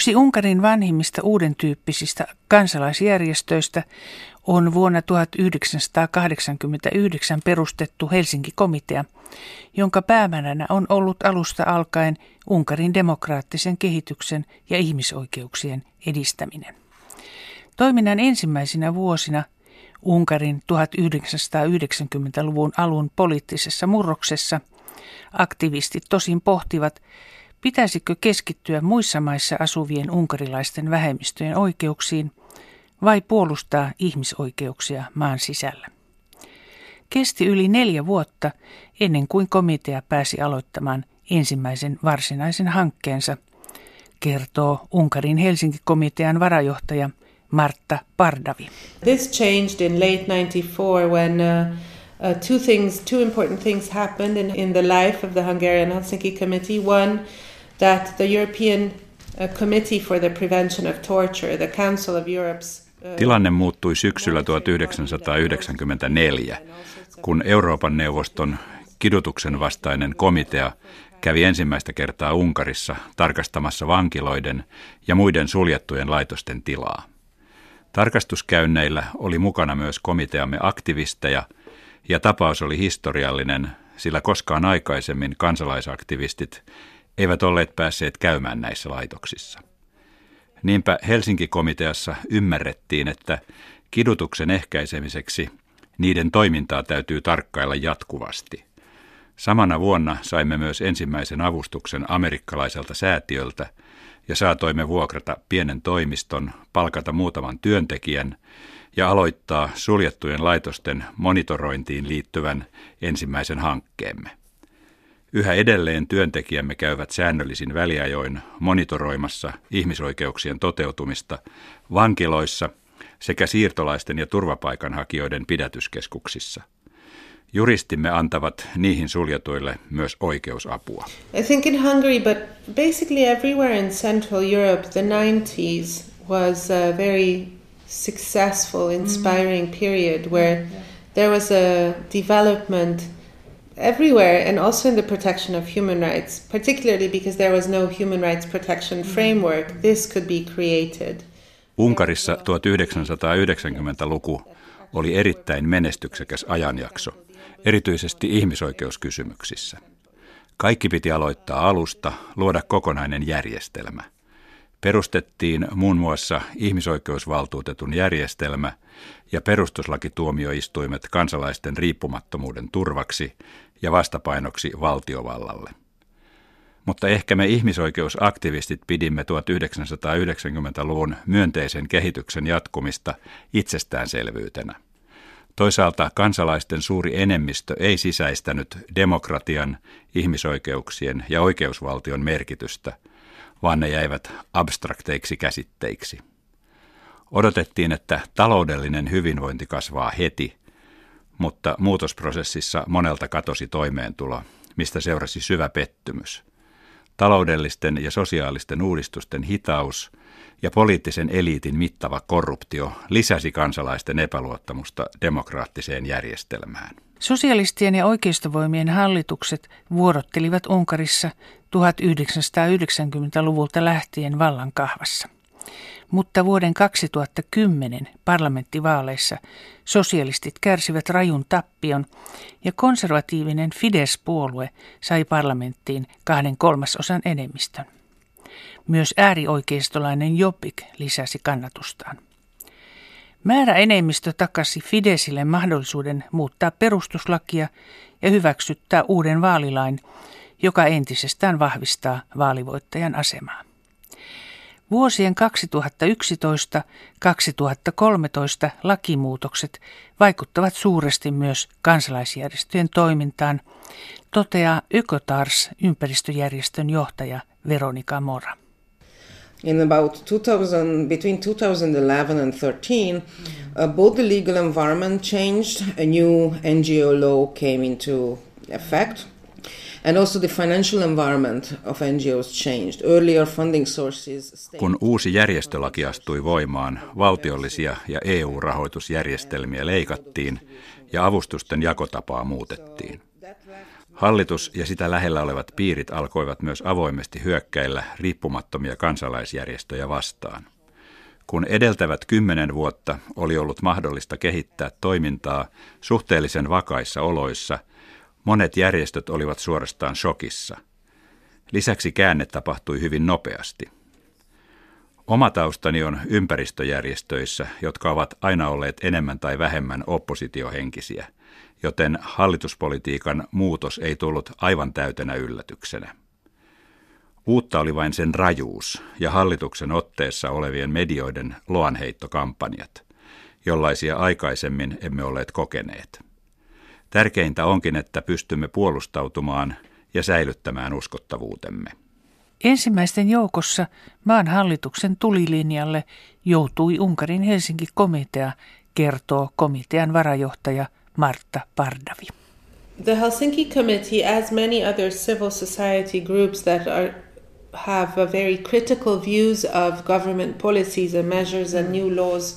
Yksi Unkarin vanhimmista uuden tyyppisistä kansalaisjärjestöistä on vuonna 1989 perustettu Helsinki-komitea, jonka päämääränä on ollut alusta alkaen Unkarin demokraattisen kehityksen ja ihmisoikeuksien edistäminen. Toiminnan ensimmäisinä vuosina Unkarin 1990-luvun alun poliittisessa murroksessa aktivistit tosin pohtivat, pitäisikö keskittyä muissa maissa asuvien unkarilaisten vähemmistöjen oikeuksiin vai puolustaa ihmisoikeuksia maan sisällä. Kesti yli 4 vuotta ennen kuin komitea pääsi aloittamaan ensimmäisen varsinaisen hankkeensa, kertoo Unkarin Helsinki-komitean varajohtaja Martta Pardavi. This changed in late 94 when two important things happened in the life of the Hungarian Helsinki Committee. One, that the European Committee for the Prevention of Torture, the Council of Europe's Tilanne muuttui syksyllä 1994, kun Euroopan neuvoston kidutuksen vastainen komitea kävi ensimmäistä kertaa Unkarissa tarkastamassa vankiloiden ja muiden suljettujen laitosten tilaa. Tarkastuskäynneillä oli mukana myös komiteamme aktivisteja, ja tapaus oli historiallinen, sillä koskaan aikaisemmin kansalaisaktivistit eivät olleet päässeet käymään näissä laitoksissa. Niinpä Helsinki-komiteassa ymmärrettiin, että kidutuksen ehkäisemiseksi niiden toimintaa täytyy tarkkailla jatkuvasti. Samana vuonna saimme myös ensimmäisen avustuksen amerikkalaiselta säätiöltä ja saatoimme vuokrata pienen toimiston, palkata muutaman työntekijän ja aloittaa suljettujen laitosten monitorointiin liittyvän ensimmäisen hankkeemme. Yhä edelleen työntekijämme käyvät säännöllisin väliajoin monitoroimassa ihmisoikeuksien toteutumista vankiloissa sekä siirtolaisten ja turvapaikanhakijoiden pidätyskeskuksissa. Juristimme antavat niihin suljetuille myös oikeusapua. I think in Hungary, but basically everywhere in Central Europe, the 90s was a very successful, inspiring period where there was a development everywhere and also in the protection of human rights, particularly because there was no human rights protection framework. This could be created. Unkarissa 1990-luku oli erittäin menestyksekäs ajanjakso, erityisesti ihmisoikeuskysymyksissä. Kaikki piti aloittaa alusta, luoda kokonainen järjestelmä. Perustettiin muun muassa ihmisoikeusvaltuutetun järjestelmä ja perustuslakituomioistuimet kansalaisten riippumattomuuden turvaksi ja vastapainoksi valtiovallalle. Mutta ehkä me ihmisoikeusaktivistit pidimme 1990-luvun myönteisen kehityksen jatkumista itsestäänselvyytenä. Toisaalta kansalaisten suuri enemmistö ei sisäistänyt demokratian, ihmisoikeuksien ja oikeusvaltion merkitystä, vaan ne jäivät abstrakteiksi käsitteiksi. Odotettiin, että taloudellinen hyvinvointi kasvaa heti, mutta muutosprosessissa monelta katosi toimeentulo, mistä seurasi syvä pettymys. Taloudellisten ja sosiaalisten uudistusten hitaus ja poliittisen eliitin mittava korruptio lisäsi kansalaisten epäluottamusta demokraattiseen järjestelmään. Sosialistien ja oikeistovoimien hallitukset vuorottelivat Unkarissa 1990-luvulta lähtien vallan kahvassa. Mutta vuoden 2010 parlamenttivaaleissa sosialistit kärsivät rajun tappion ja konservatiivinen Fidesz-puolue sai parlamenttiin 2/3 enemmistön. Myös äärioikeistolainen Jobbik lisäsi kannatustaan. Määräenemmistö takasi Fideszille mahdollisuuden muuttaa perustuslakia ja hyväksyttää uuden vaalilain, joka entisestään vahvistaa vaalivoittajan asemaa. Vuosien 2011-2013 lakimuutokset vaikuttavat suuresti myös kansalaisjärjestöjen toimintaan, toteaa Ökotars-ympäristöjärjestön johtaja Veronika Mora. In about between 2011 and 2013, both the legal environment changed, a new NGO law came into effect, and also the financial environment of NGOs changed. Earlier funding sources. Kun uusi järjestölaki astui voimaan, valtiollisia ja EU-rahoitusjärjestelmiä leikattiin ja avustusten jakotapaa muutettiin. Hallitus ja sitä lähellä olevat piirit alkoivat myös avoimesti hyökkäillä riippumattomia kansalaisjärjestöjä vastaan. Kun edeltävät 10 vuotta oli ollut mahdollista kehittää toimintaa suhteellisen vakaissa oloissa, monet järjestöt olivat suorastaan shokissa. Lisäksi käänne tapahtui hyvin nopeasti. Oma taustani on ympäristöjärjestöissä, jotka ovat aina olleet enemmän tai vähemmän oppositiohenkisiä, joten hallituspolitiikan muutos ei tullut aivan täytenä yllätyksenä. Uutta oli vain sen rajuus ja hallituksen otteessa olevien medioiden loanheittokampanjat, jollaisia aikaisemmin emme olleet kokeneet. Tärkeintä onkin, että pystymme puolustautumaan ja säilyttämään uskottavuutemme. Ensimmäisten joukossa maan hallituksen tulilinjalle joutui Unkarin Helsinki-komitea, kertoo komitean varajohtaja Martta Pardavi. The Helsinki Committee, as many other civil society groups that have a very critical views of government policies and measures and new laws,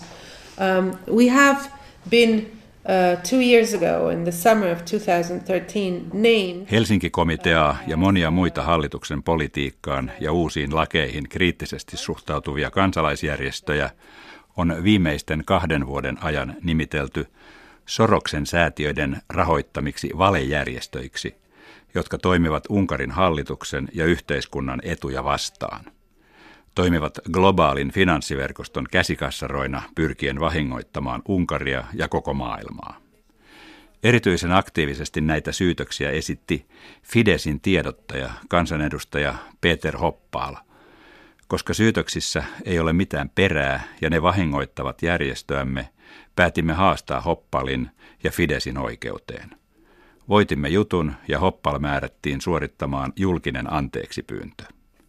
we have been 2 years ago in the summer of 2013 named Helsinki-komiteaa ja monia muita hallituksen politiikkaan ja uusiin lakeihin kriittisesti suhtautuvia kansalaisjärjestöjä on viimeisten 2 vuoden ajan nimitelty Soroksen säätiöiden rahoittamiksi valejärjestöiksi, jotka toimivat Unkarin hallituksen ja yhteiskunnan etuja vastaan. Toimivat globaalin finanssiverkoston käsikassaroina pyrkien vahingoittamaan Unkaria ja koko maailmaa. Erityisen aktiivisesti näitä syytöksiä esitti Fidesin tiedottaja, kansanedustaja Peter Hoppal. Koska syytöksissä ei ole mitään perää ja ne vahingoittavat järjestöämme, päätimme haastaa Hoppalin ja Fidesin oikeuteen. Voitimme jutun ja Hoppal määrättiin suorittamaan julkinen anteeksipyyntö.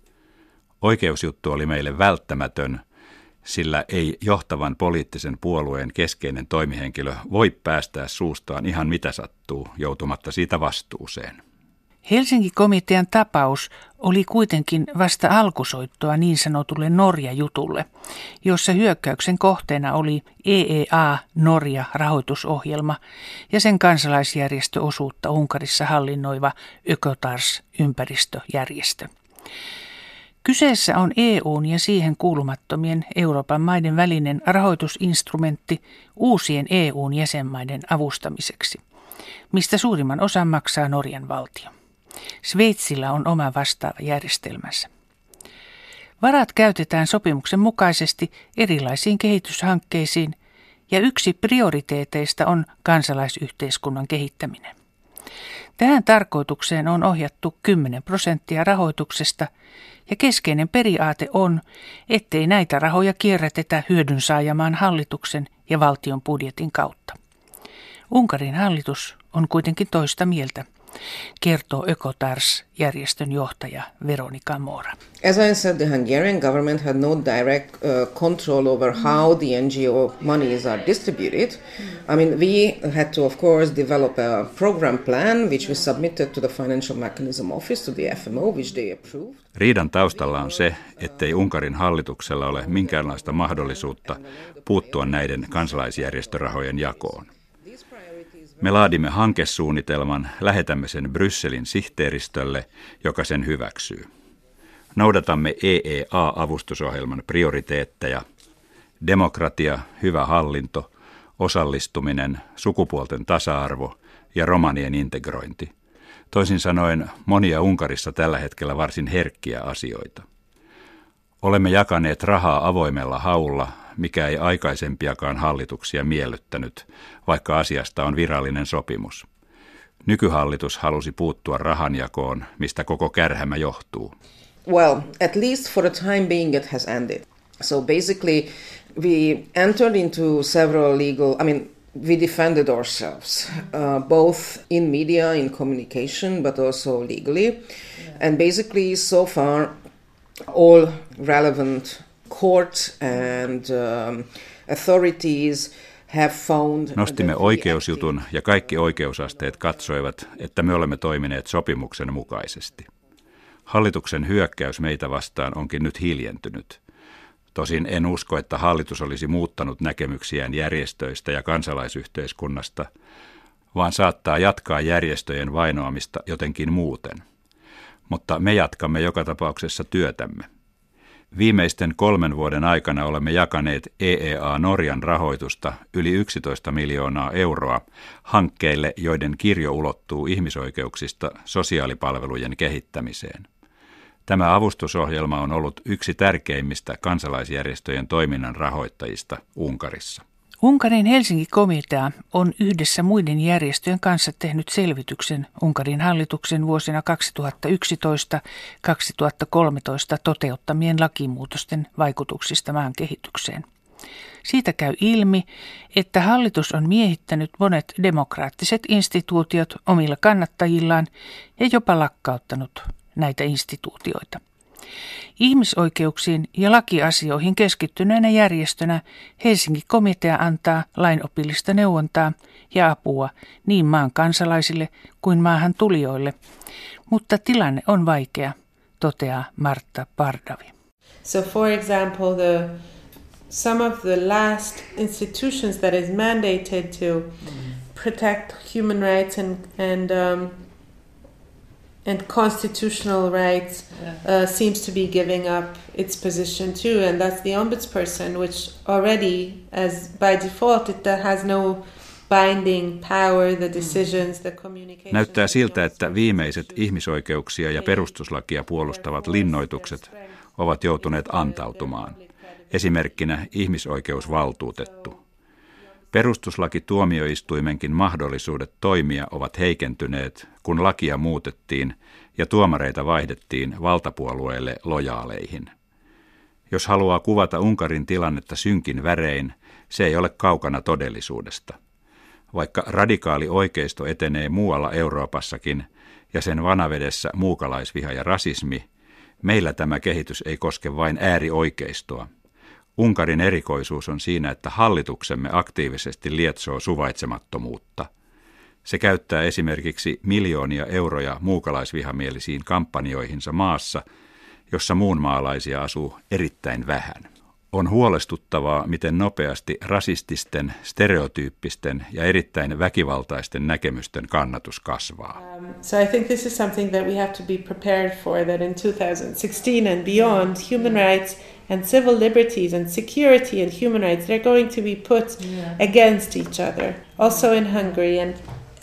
Oikeusjuttu oli meille välttämätön, sillä ei johtavan poliittisen puolueen keskeinen toimihenkilö voi päästää suustaan ihan mitä sattuu, joutumatta siitä vastuuseen. Helsinki-komitean tapaus oli kuitenkin vasta alkusoittoa niin sanotulle Norja-jutulle, jossa hyökkäyksen kohteena oli EEA Norja-rahoitusohjelma ja sen kansalaisjärjestöosuutta Unkarissa hallinnoiva Ökotars-ympäristöjärjestö. Kyseessä on EU:n ja siihen kuulumattomien Euroopan maiden välinen rahoitusinstrumentti uusien EU:n jäsenmaiden avustamiseksi, mistä suurimman osan maksaa Norjan valtio. Sveitsillä on oma vastaava järjestelmänsä. Varat käytetään sopimuksen mukaisesti erilaisiin kehityshankkeisiin ja yksi prioriteeteista on kansalaisyhteiskunnan kehittäminen. Tähän tarkoitukseen on ohjattu 10% rahoituksesta ja keskeinen periaate on, ettei näitä rahoja kierrätetä hyödynsaajamaan hallituksen ja valtion budjetin kautta. Unkarin hallitus on kuitenkin toista mieltä, kertoo Ökotars-järjestön johtaja Veronika Mora. As I said, the Hungarian government had no direct control over how the NGO monies are distributed. I mean, we had to, of course, develop a program plan, which we submitted to the Financial Mechanism Office, to the FMO, which they approved. Riidan taustalla on se, ettei Unkarin hallituksella ole minkäänlaista mahdollisuutta puuttua näiden kansalaisjärjestörahojen jakoon. Me laadimme hankesuunnitelman, lähetämme sen Brysselin sihteeristölle, joka sen hyväksyy. Noudatamme EEA-avustusohjelman prioriteetteja: demokratia, hyvä hallinto, osallistuminen, sukupuolten tasa-arvo ja romanien integrointi. Toisin sanoen monia Unkarissa tällä hetkellä varsin herkkiä asioita. Olemme jakaneet rahaa avoimella haulla, mikä ei aikaisempiakaan hallituksia miellyttänyt, vaikka asiasta on virallinen sopimus. Nykyhallitus halusi puuttua rahanjakoon, mistä koko kärhämä johtuu. Well, at least for the time being it has ended. So basically we entered into several we defended ourselves, both in media, in communication, but also legally. And basically so far all relevant courts and authorities have found. Nostimme oikeusjutun ja kaikki oikeusasteet katsoivat, että me olemme toimineet sopimuksen mukaisesti. Hallituksen hyökkäys meitä vastaan onkin nyt hiljentynyt. Tosin en usko, että hallitus olisi muuttanut näkemyksiään järjestöistä ja kansalaisyhteiskunnasta, vaan saattaa jatkaa järjestöjen vainoamista jotenkin muuten. Mutta me jatkamme joka tapauksessa työtämme. Viimeisten 3 vuoden aikana olemme jakaneet EEA Norjan rahoitusta yli 11 miljoonaa euroa hankkeille, joiden kirjo ulottuu ihmisoikeuksista sosiaalipalvelujen kehittämiseen. Tämä avustusohjelma on ollut yksi tärkeimmistä kansalaisjärjestöjen toiminnan rahoittajista Unkarissa. Unkarin Helsinki-komitea on yhdessä muiden järjestöjen kanssa tehnyt selvityksen Unkarin hallituksen vuosina 2011-2013 toteuttamien lakimuutosten vaikutuksista maan kehitykseen. Siitä käy ilmi, että hallitus on miehittänyt monet demokraattiset instituutiot omilla kannattajillaan ja jopa lakkauttanut näitä instituutioita. Ihmisoikeuksiin ja lakiasioihin keskittyneenä järjestönä Helsinki-komitea antaa lainopillista neuvontaa ja apua niin maan kansalaisille kuin maahan tulijoille, mutta tilanne on vaikea, toteaa Martta Pardavi. So for example, some of the last institutions that is mandated to protect human rights and constitutional rights seems to be giving up its position too, and that's the ombudsperson, which already, as by default, it has no binding power, the decisions, the communication. Näyttää siltä, että viimeiset ihmisoikeuksia ja perustuslakia puolustavat linnoitukset ovat joutuneet antautumaan. Esimerkkinä ihmisoikeusvaltuutettu. Perustuslakituomioistuimenkin mahdollisuudet toimia ovat heikentyneet, kun lakia muutettiin ja tuomareita vaihdettiin valtapuolueille lojaaleihin. Jos haluaa kuvata Unkarin tilannetta synkin värein, se ei ole kaukana todellisuudesta. Vaikka radikaali oikeisto etenee muualla Euroopassakin ja sen vanavedessä muukalaisviha ja rasismi, meillä tämä kehitys ei koske vain äärioikeistoa. Unkarin erikoisuus on siinä, että hallituksemme aktiivisesti lietsoo suvaitsemattomuutta. Se käyttää esimerkiksi miljoonia euroja muukalaisvihamielisiin kampanjoihinsa maassa, jossa muunmaalaisia asuu erittäin vähän. On huolestuttavaa, miten nopeasti rasististen, stereotyyppisten ja erittäin väkivaltaisten näkemysten kannatus kasvaa. So I think this is something that we have to be prepared for, that in 2016 and beyond, human rights and civil liberties and security and human rights, they're going to be put against each other. Also in Hungary and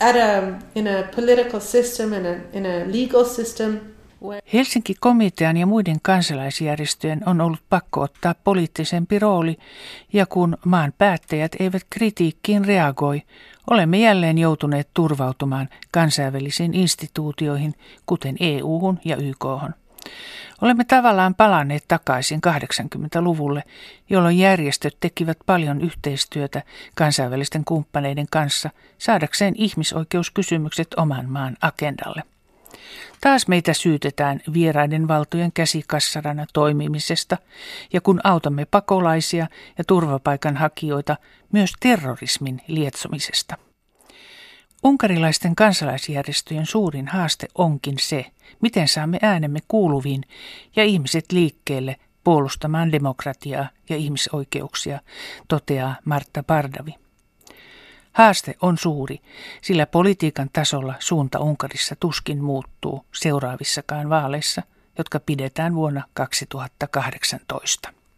in a political system, in a legal system. Helsinki-komitean ja muiden kansalaisjärjestöjen on ollut pakko ottaa poliittisempi rooli, ja kun maan päättäjät eivät kritiikkiin reagoi, olemme jälleen joutuneet turvautumaan kansainvälisiin instituutioihin, kuten EU-hun ja YK:hon. Olemme tavallaan palanneet takaisin 80-luvulle, jolloin järjestöt tekivät paljon yhteistyötä kansainvälisten kumppaneiden kanssa saadakseen ihmisoikeuskysymykset oman maan agendalle. Taas meitä syytetään vieraiden valtojen käsikassarana toimimisesta, ja kun autamme pakolaisia ja turvapaikanhakijoita, myös terrorismin lietsomisesta. Unkarilaisten kansalaisjärjestöjen suurin haaste onkin se, miten saamme äänemme kuuluviin ja ihmiset liikkeelle puolustamaan demokratiaa ja ihmisoikeuksia, toteaa Martta Pardavi. Haaste on suuri, sillä politiikan tasolla suunta Unkarissa tuskin muuttuu seuraavissakaan vaaleissa, jotka pidetään vuonna 2018.